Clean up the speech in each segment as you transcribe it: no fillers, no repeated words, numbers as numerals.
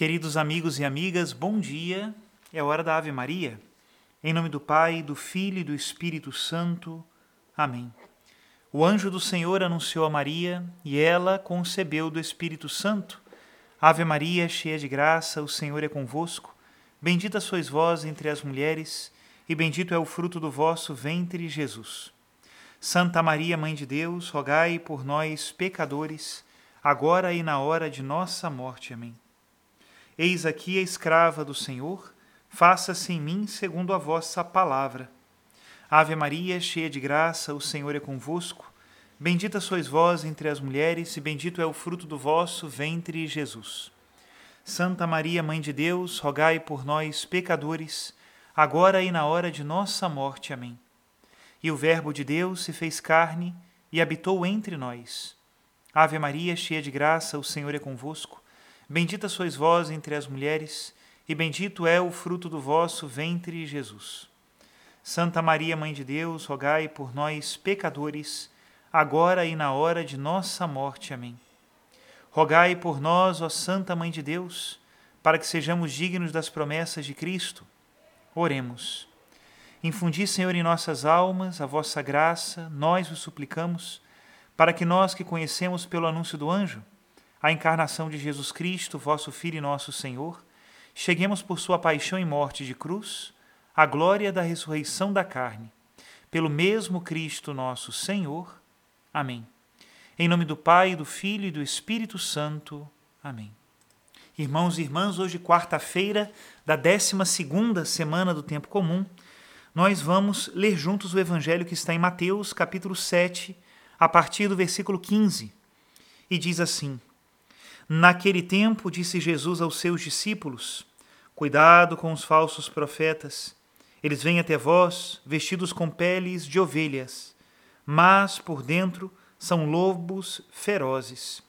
Queridos amigos e amigas, bom dia. É hora da Ave Maria. Em nome do Pai, do Filho e do Espírito Santo. Amém. O anjo do Senhor anunciou a Maria e ela concebeu do Espírito Santo. Ave Maria, cheia de graça, o Senhor é convosco. Bendita sois vós entre as mulheres e bendito é o fruto do vosso ventre, Jesus. Santa Maria, Mãe de Deus, rogai por nós, pecadores, agora e na hora de nossa morte. Amém. Eis aqui a escrava do Senhor, faça-se em mim segundo a vossa palavra. Ave Maria, cheia de graça, o Senhor é convosco. Bendita sois vós entre as mulheres e bendito é o fruto do vosso ventre, Jesus. Santa Maria, Mãe de Deus, rogai por nós, pecadores, agora e na hora de nossa morte. Amém. E o Verbo de Deus se fez carne e habitou entre nós. Ave Maria, cheia de graça, o Senhor é convosco. Bendita sois vós entre as mulheres, e bendito é o fruto do vosso ventre, Jesus. Santa Maria, Mãe de Deus, rogai por nós, pecadores, agora e na hora de nossa morte. Amém. Rogai por nós, ó Santa Mãe de Deus, para que sejamos dignos das promessas de Cristo. Oremos. Infundi, Senhor, em nossas almas a vossa graça, nós vos suplicamos, para que nós que conhecemos pelo anúncio do anjo a encarnação de Jesus Cristo, vosso Filho e nosso Senhor, cheguemos por sua paixão e morte de cruz, à glória da ressurreição da carne. Pelo mesmo Cristo nosso Senhor. Amém. Em nome do Pai, do Filho e do Espírito Santo. Amém. Irmãos e irmãs, hoje quarta-feira da 12ª semana do Tempo Comum, nós vamos ler juntos o Evangelho que está em Mateus, capítulo 7, a partir do versículo 15. E diz assim: Naquele tempo, disse Jesus aos seus discípulos: Cuidado com os falsos profetas. Eles vêm até vós, vestidos com peles de ovelhas, mas por dentro são lobos ferozes.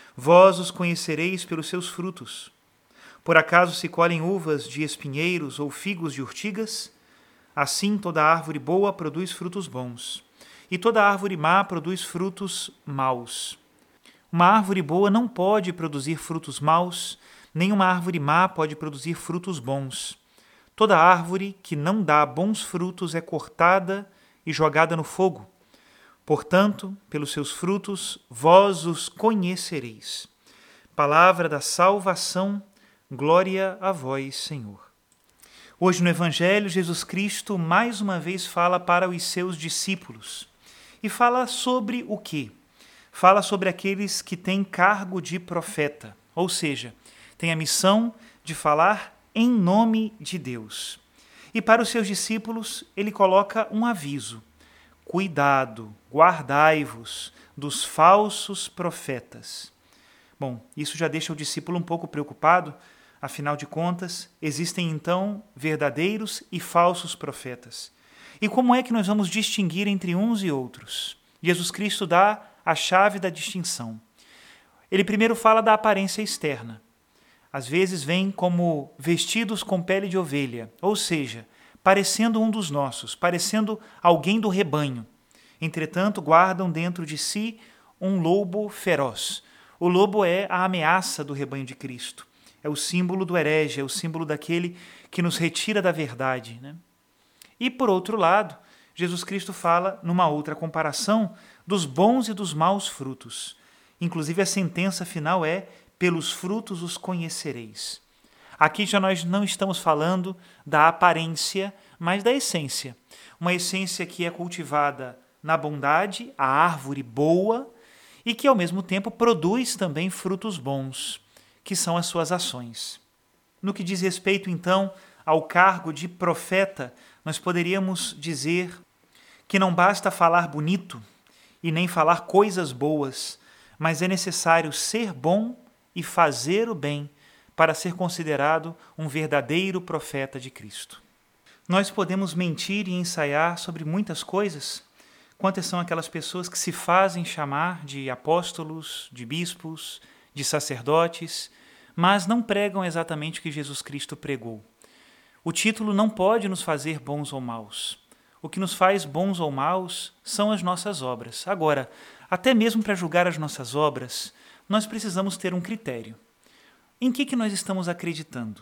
Vós os conhecereis pelos seus frutos. Por acaso se colhem uvas de espinheiros ou figos de urtigas? Assim toda árvore boa produz frutos bons, e toda árvore má produz frutos maus. Uma árvore boa não pode produzir frutos maus, nem uma árvore má pode produzir frutos bons. Toda árvore que não dá bons frutos é cortada e jogada no fogo. Portanto, pelos seus frutos, vós os conhecereis. Palavra da salvação, glória a vós, Senhor. Hoje no Evangelho, Jesus Cristo mais uma vez fala para os seus discípulos. E fala sobre o quê? Fala sobre aqueles que têm cargo de profeta, ou seja, têm a missão de falar em nome de Deus. E para os seus discípulos, ele coloca um aviso: cuidado, guardai-vos dos falsos profetas. Bom, isso já deixa o discípulo um pouco preocupado, afinal de contas, existem então verdadeiros e falsos profetas. E como é que nós vamos distinguir entre uns e outros? Jesus Cristo dá a chave da distinção. Ele primeiro fala da aparência externa. Às vezes vêm como vestidos com pele de ovelha, ou seja, parecendo um dos nossos, parecendo alguém do rebanho. Entretanto, guardam dentro de si um lobo feroz. O lobo é a ameaça do rebanho de Cristo. É o símbolo do herege, é o símbolo daquele que nos retira da verdade, né? E, por outro lado, Jesus Cristo fala, numa outra comparação, dos bons e dos maus frutos. Inclusive, a sentença final é: pelos frutos os conhecereis. Aqui já nós não estamos falando da aparência, mas da essência. Uma essência que é cultivada na bondade, a árvore boa, e que, ao mesmo tempo, produz também frutos bons, que são as suas ações. No que diz respeito, então, ao cargo de profeta, nós poderíamos dizer que não basta falar bonito e nem falar coisas boas, mas é necessário ser bom e fazer o bem para ser considerado um verdadeiro profeta de Cristo. Nós podemos mentir e ensaiar sobre muitas coisas. Quantas são aquelas pessoas que se fazem chamar de apóstolos, de bispos, de sacerdotes, mas não pregam exatamente o que Jesus Cristo pregou. O título não pode nos fazer bons ou maus. O que nos faz bons ou maus são as nossas obras. Agora, até mesmo para julgar as nossas obras, nós precisamos ter um critério. Em que nós estamos acreditando?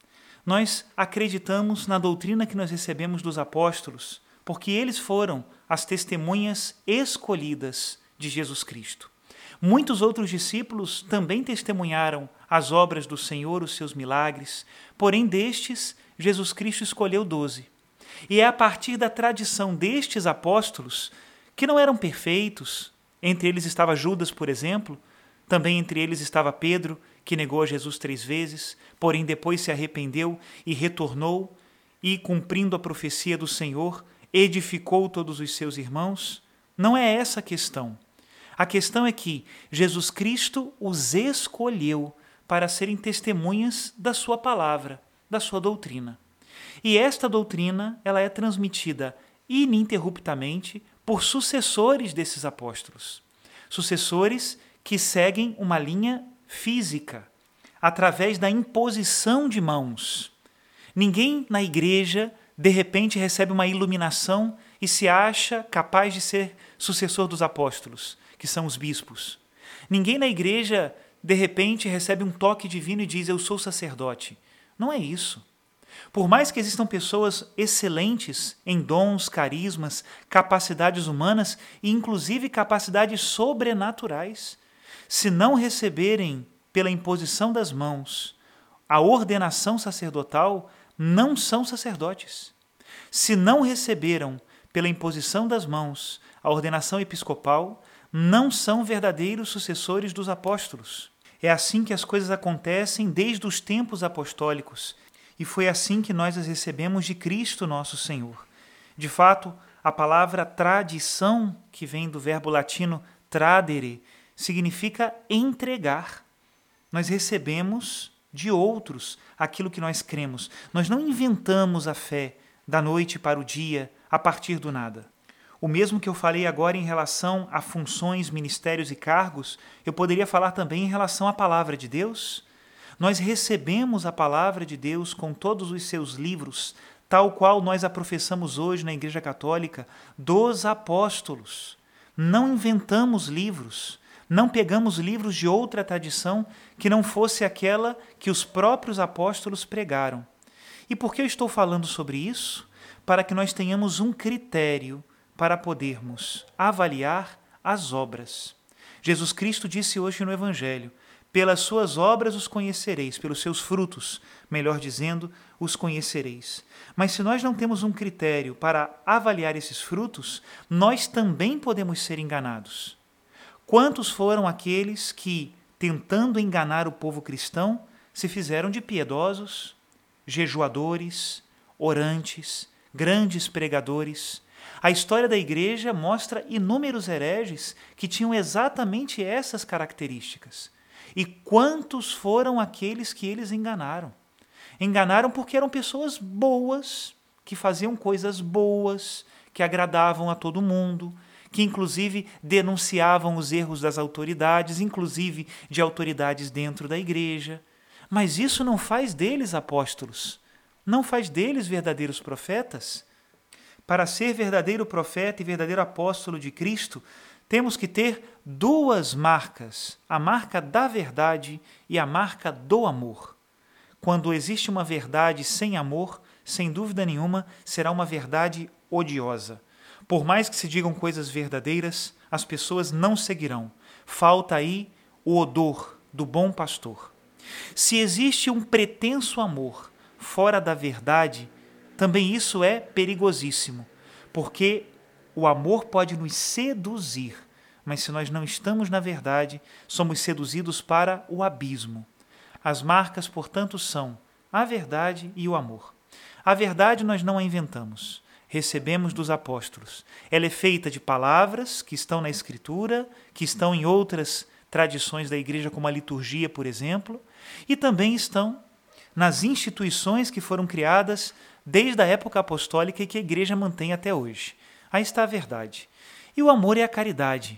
Nós acreditamos na doutrina que nós recebemos dos apóstolos, porque eles foram as testemunhas escolhidas de Jesus Cristo. Muitos outros discípulos também testemunharam as obras do Senhor, os seus milagres, porém destes, Jesus Cristo escolheu 12. E é a partir da tradição destes apóstolos, que não eram perfeitos, entre eles estava Judas, por exemplo, também entre eles estava Pedro, que negou a Jesus 3 vezes, porém depois se arrependeu e retornou, e cumprindo a profecia do Senhor, edificou todos os seus irmãos. Não é essa a questão. A questão é que Jesus Cristo os escolheu para serem testemunhas da sua palavra, da sua doutrina. E esta doutrina, ela é transmitida ininterruptamente por sucessores desses apóstolos. Sucessores que seguem uma linha física, através da imposição de mãos. Ninguém na igreja, de repente, recebe uma iluminação e se acha capaz de ser sucessor dos apóstolos, que são os bispos. Ninguém na igreja, de repente, recebe um toque divino e diz, eu sou sacerdote. Não é isso. Por mais que existam pessoas excelentes em dons, carismas, capacidades humanas e inclusive capacidades sobrenaturais, se não receberem pela imposição das mãos a ordenação sacerdotal, não são sacerdotes. Se não receberam pela imposição das mãos a ordenação episcopal, não são verdadeiros sucessores dos apóstolos. É assim que as coisas acontecem desde os tempos apostólicos, e foi assim que nós as recebemos de Cristo nosso Senhor. De fato, a palavra tradição, que vem do verbo latino tradere, significa entregar. Nós recebemos de outros aquilo que nós cremos. Nós não inventamos a fé da noite para o dia, a partir do nada. O mesmo que eu falei agora em relação a funções, ministérios e cargos, eu poderia falar também em relação à palavra de Deus. Nós recebemos a palavra de Deus com todos os seus livros, tal qual nós a professamos hoje na Igreja Católica, dos apóstolos. Não inventamos livros, não pegamos livros de outra tradição que não fosse aquela que os próprios apóstolos pregaram. E por que eu estou falando sobre isso? Para que nós tenhamos um critério para podermos avaliar as obras. Jesus Cristo disse hoje no Evangelho, pelas suas obras os conhecereis, pelos seus frutos, melhor dizendo, os conhecereis. Mas se nós não temos um critério para avaliar esses frutos, nós também podemos ser enganados. Quantos foram aqueles que, tentando enganar o povo cristão, se fizeram de piedosos, jejuadores, orantes, grandes pregadores? A história da igreja mostra inúmeros hereges que tinham exatamente essas características. E quantos foram aqueles que eles enganaram? Enganaram porque eram pessoas boas, que faziam coisas boas, que agradavam a todo mundo, que inclusive denunciavam os erros das autoridades, inclusive de autoridades dentro da igreja. Mas isso não faz deles apóstolos, não faz deles verdadeiros profetas. Para ser verdadeiro profeta e verdadeiro apóstolo de Cristo, temos que ter duas marcas, a marca da verdade e a marca do amor. Quando existe uma verdade sem amor, sem dúvida nenhuma, será uma verdade odiosa. Por mais que se digam coisas verdadeiras, as pessoas não seguirão. Falta aí o odor do bom pastor. Se existe um pretenso amor fora da verdade, também isso é perigosíssimo, porque o amor pode nos seduzir, mas se nós não estamos na verdade, somos seduzidos para o abismo. As marcas, portanto, são a verdade e o amor. A verdade nós não a inventamos, recebemos dos apóstolos. Ela é feita de palavras que estão na Escritura, que estão em outras tradições da igreja, como a liturgia, por exemplo, e também estão nas instituições que foram criadas desde a época apostólica e que a igreja mantém até hoje. Aí está a verdade. E o amor é a caridade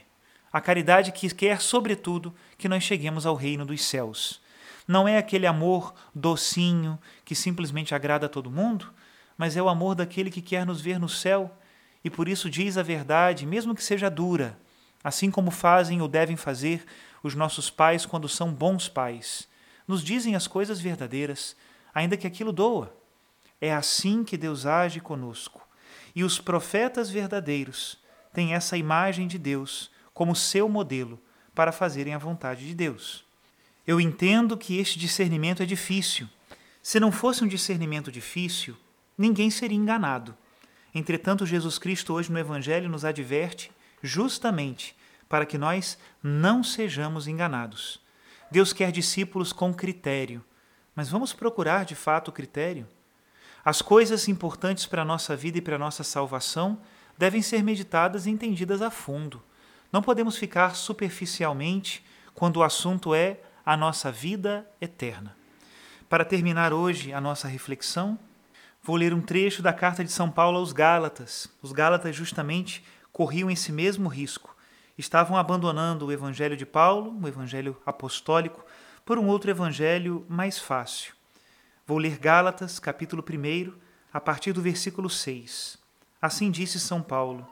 que quer, sobretudo, que nós cheguemos ao reino dos céus. Não é aquele amor docinho que simplesmente agrada a todo mundo, mas é o amor daquele que quer nos ver no céu e por isso diz a verdade, mesmo que seja dura, assim como fazem ou devem fazer os nossos pais quando são bons pais. nos dizem as coisas verdadeiras, ainda que aquilo doa. É assim que Deus age conosco. E os profetas verdadeiros têm essa imagem de Deus como seu modelo para fazerem a vontade de Deus. Eu entendo que este discernimento é difícil. Se não fosse um discernimento difícil, ninguém seria enganado. Entretanto, Jesus Cristo hoje no Evangelho nos adverte justamente para que nós não sejamos enganados. Deus quer discípulos com critério, mas vamos procurar de fato o critério? As coisas importantes para a nossa vida e para a nossa salvação devem ser meditadas e entendidas a fundo. Não podemos ficar superficialmente quando o assunto é a nossa vida eterna. Para terminar hoje a nossa reflexão, vou ler um trecho da carta de São Paulo aos Gálatas. Os Gálatas justamente corriam esse mesmo risco. Estavam abandonando o evangelho de Paulo, o evangelho apostólico, por um outro evangelho mais fácil. Vou ler Gálatas, capítulo 1, a partir do versículo 6. Assim disse São Paulo: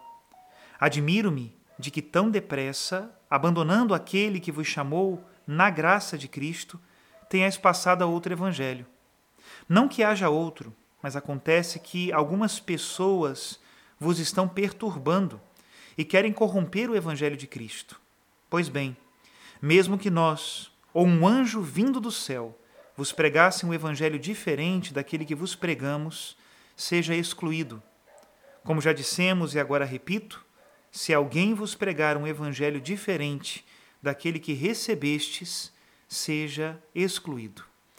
Admiro-me de que tão depressa, abandonando aquele que vos chamou na graça de Cristo, tenhais passado a outro evangelho. Não que haja outro, mas acontece que algumas pessoas vos estão perturbando e querem corromper o evangelho de Cristo. Pois bem, mesmo que nós, ou um anjo vindo do céu, vos pregasse um evangelho diferente daquele que vos pregamos, seja excluído. Como já dissemos e agora repito, se alguém vos pregar um evangelho diferente daquele que recebestes, seja excluído.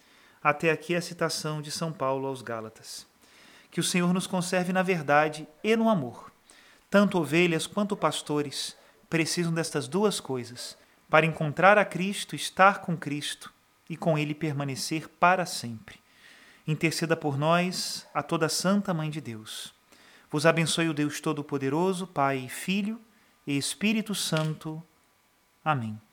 Até aqui a citação de São Paulo aos Gálatas. Que o Senhor nos conserve na verdade e no amor. Tanto ovelhas quanto pastores precisam destas duas coisas para encontrar a Cristo, estar com Cristo e com Ele permanecer para sempre. Interceda por nós, a toda a Santa Mãe de Deus. Vos abençoe o Deus Todo-Poderoso, Pai, Filho e Espírito Santo. Amém.